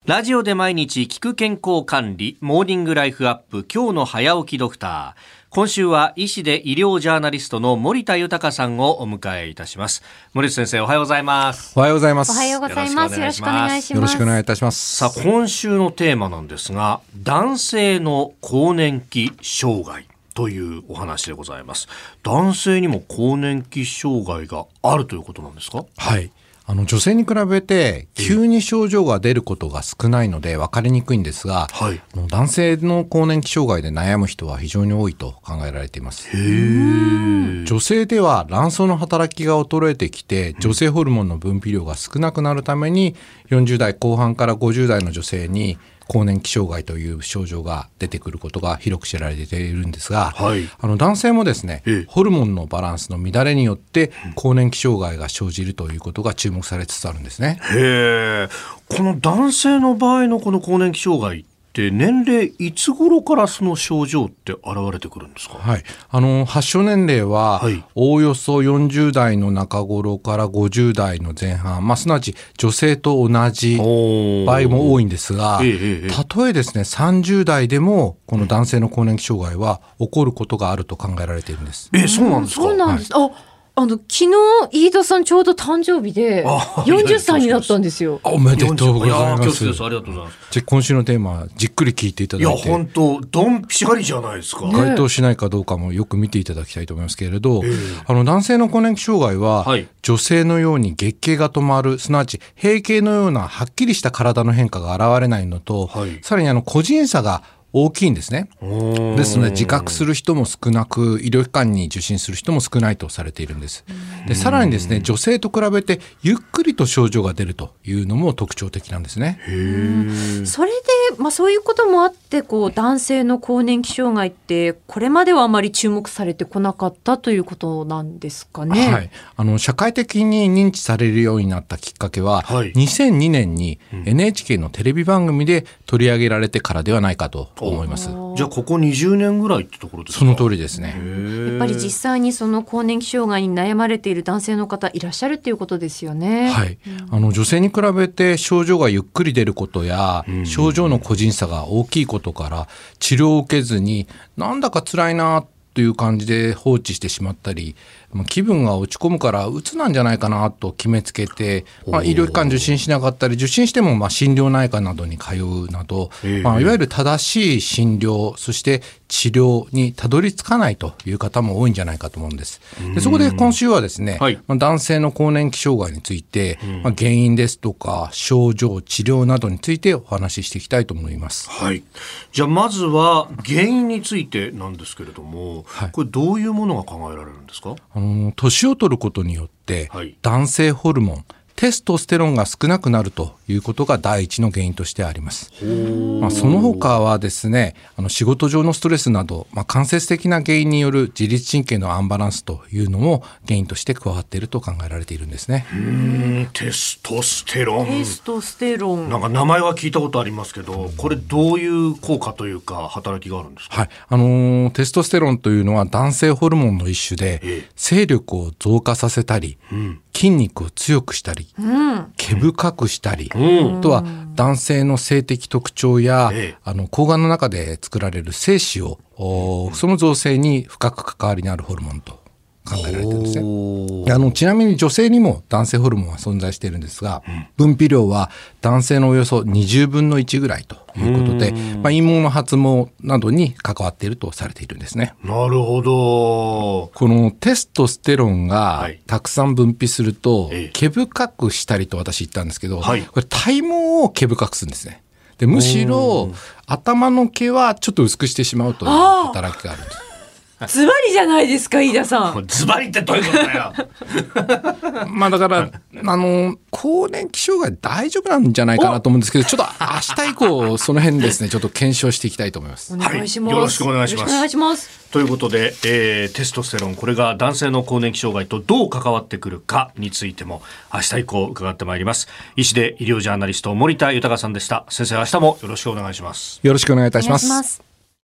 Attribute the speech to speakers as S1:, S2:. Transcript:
S1: ラジオで毎日聞く健康管理モーニングライフアップ、今日の早起きドクター。今週は医師で医療ジャーナリストの森田豊さんをお迎えいたします。森田先生、おはようございます。
S2: おはようございます。
S3: おはようございます。よろしくお願いします。
S2: よろしくお願いいたします。
S1: さあ、今週のテーマなんですが、男性の更年期障害というお話でございます。男性にも更年期障害があるということなんですか？
S2: はい。女性に比べて急に症状が出ることが少ないので分かりにくいんですが、男性の更年期障害で悩む人は非常に多いと考えられています。女性では卵巣の働きが衰えてきて、女性ホルモンの分泌量が少なくなるために、40代後半から50代の女性に更年期障害という症状が出てくることが広く知られているんですが、男性もですね、ホルモンのバランスの乱れによって更年期障害が生じるということが注目されつつあるんですね。
S1: この男性の場合のこの更年期障害って年齢いつ頃からその症状って現れてくるんですか？
S2: 発症年齢はおおよそ40代の中頃から50代の前半、すなわち女性と同じ場合も多いんですが、たとえですね30代でもこの男性の更年期障害は起こることがあると考えられているんです。
S1: そうなんですか？
S3: そうなんです。昨日飯田さんちょうど誕生日で40歳になったんですよ。
S2: おめでとうございます。
S1: ありがとうございます。
S2: じゃ今週のテーマじっくり聞いていただいて、
S1: 本当ドンピシャリじゃないですか。
S2: 該当しないかどうかもよく見ていただきたいと思いますけれど、男性の更年期障害は、女性のように月経が止まる、すなわち閉経のようなはっきりした体の変化が現れないのと、さらに個人差が大きいんですね。ですので自覚する人も少なく、医療機関に受診する人も少ないとされているんです。でさらにですね、女性と比べてゆっくりと症状が出るというのも特徴的なんですね。
S3: それで、そういうこともあって男性の更年期障害ってこれまではあまり注目されてこなかったということなんですかね。
S2: 社会的に認知されるようになったきっかけは、2002年に NHK のテレビ番組で取り上げられてからではないかと思います。
S1: じゃあここ20年ぐらいってところですか？
S2: その通りですね。
S3: やっぱり実際にその更年期障害に悩まれている男性の方いらっしゃるっていうことですよね。
S2: 女性に比べて症状がゆっくり出ることや、症状の個人差が大きいことから治療を受けずになんだか辛いなという感じで放置してしまったり、気分が落ち込むからうつなんじゃないかなと決めつけて、医療機関受診しなかったり、受診しても心療内科などに通うなど、いわゆる正しい診療、そして治療にたどり着かないという方も多いんじゃないかと思うんです。でそこで今週はですね、男性の更年期障害について、原因ですとか症状、治療などについてお話ししていきたいと思います。
S1: じゃあまずは原因についてなんですけれども、これどういうものが考えられるんですか？
S2: 年を取ることによって男性ホルモン、テストステロンが少なくなるということが第一の原因としてあります。その他はですね、仕事上のストレスなど、間接的な原因による自律神経のアンバランスというのも原因として加わっていると考えられているんですね。
S1: テストステロン、なんか名前は聞いたことありますけど、これどういう効果というか働きがあるんですか？
S2: テストステロンというのは男性ホルモンの一種で、精力を増加させたり、筋肉を強くしたり、毛深くしたり、あとは男性の性的特徴や、睾丸の中で作られる精子をその造成に深く関わりのあるホルモンと考えられているんですね。ちなみに女性にも男性ホルモンは存在しているんですが、分泌量は男性のおよそ20分の1ぐらいということで、陰毛の発毛などに関わっているとされているんですね。
S1: なるほど。
S2: このテストステロンがたくさん分泌すると、毛深くしたりと私言ったんですけど、これ体毛を毛深くするんですね。でむしろ頭の毛はちょっと薄くしてしまうという働きがあるんです。
S3: ズバリじゃないですか、飯田さん。
S1: ズバリってどういうことだよ。
S2: だから更年期障害大丈夫なんじゃないかなと思うんですけど、ちょっと明日以降その辺ですね、ちょっと検証していきたいと思います。
S3: お願いします。
S1: よろしくお願いします。
S3: よろしくお願いします。
S1: ということで、テストステロン、これが男性の更年期障害とどう関わってくるかについても明日以降伺ってまいります。医師で医療ジャーナリスト森田豊さんでした。先生、明日もよろしくお願いします。
S2: よろしくお願いいたします。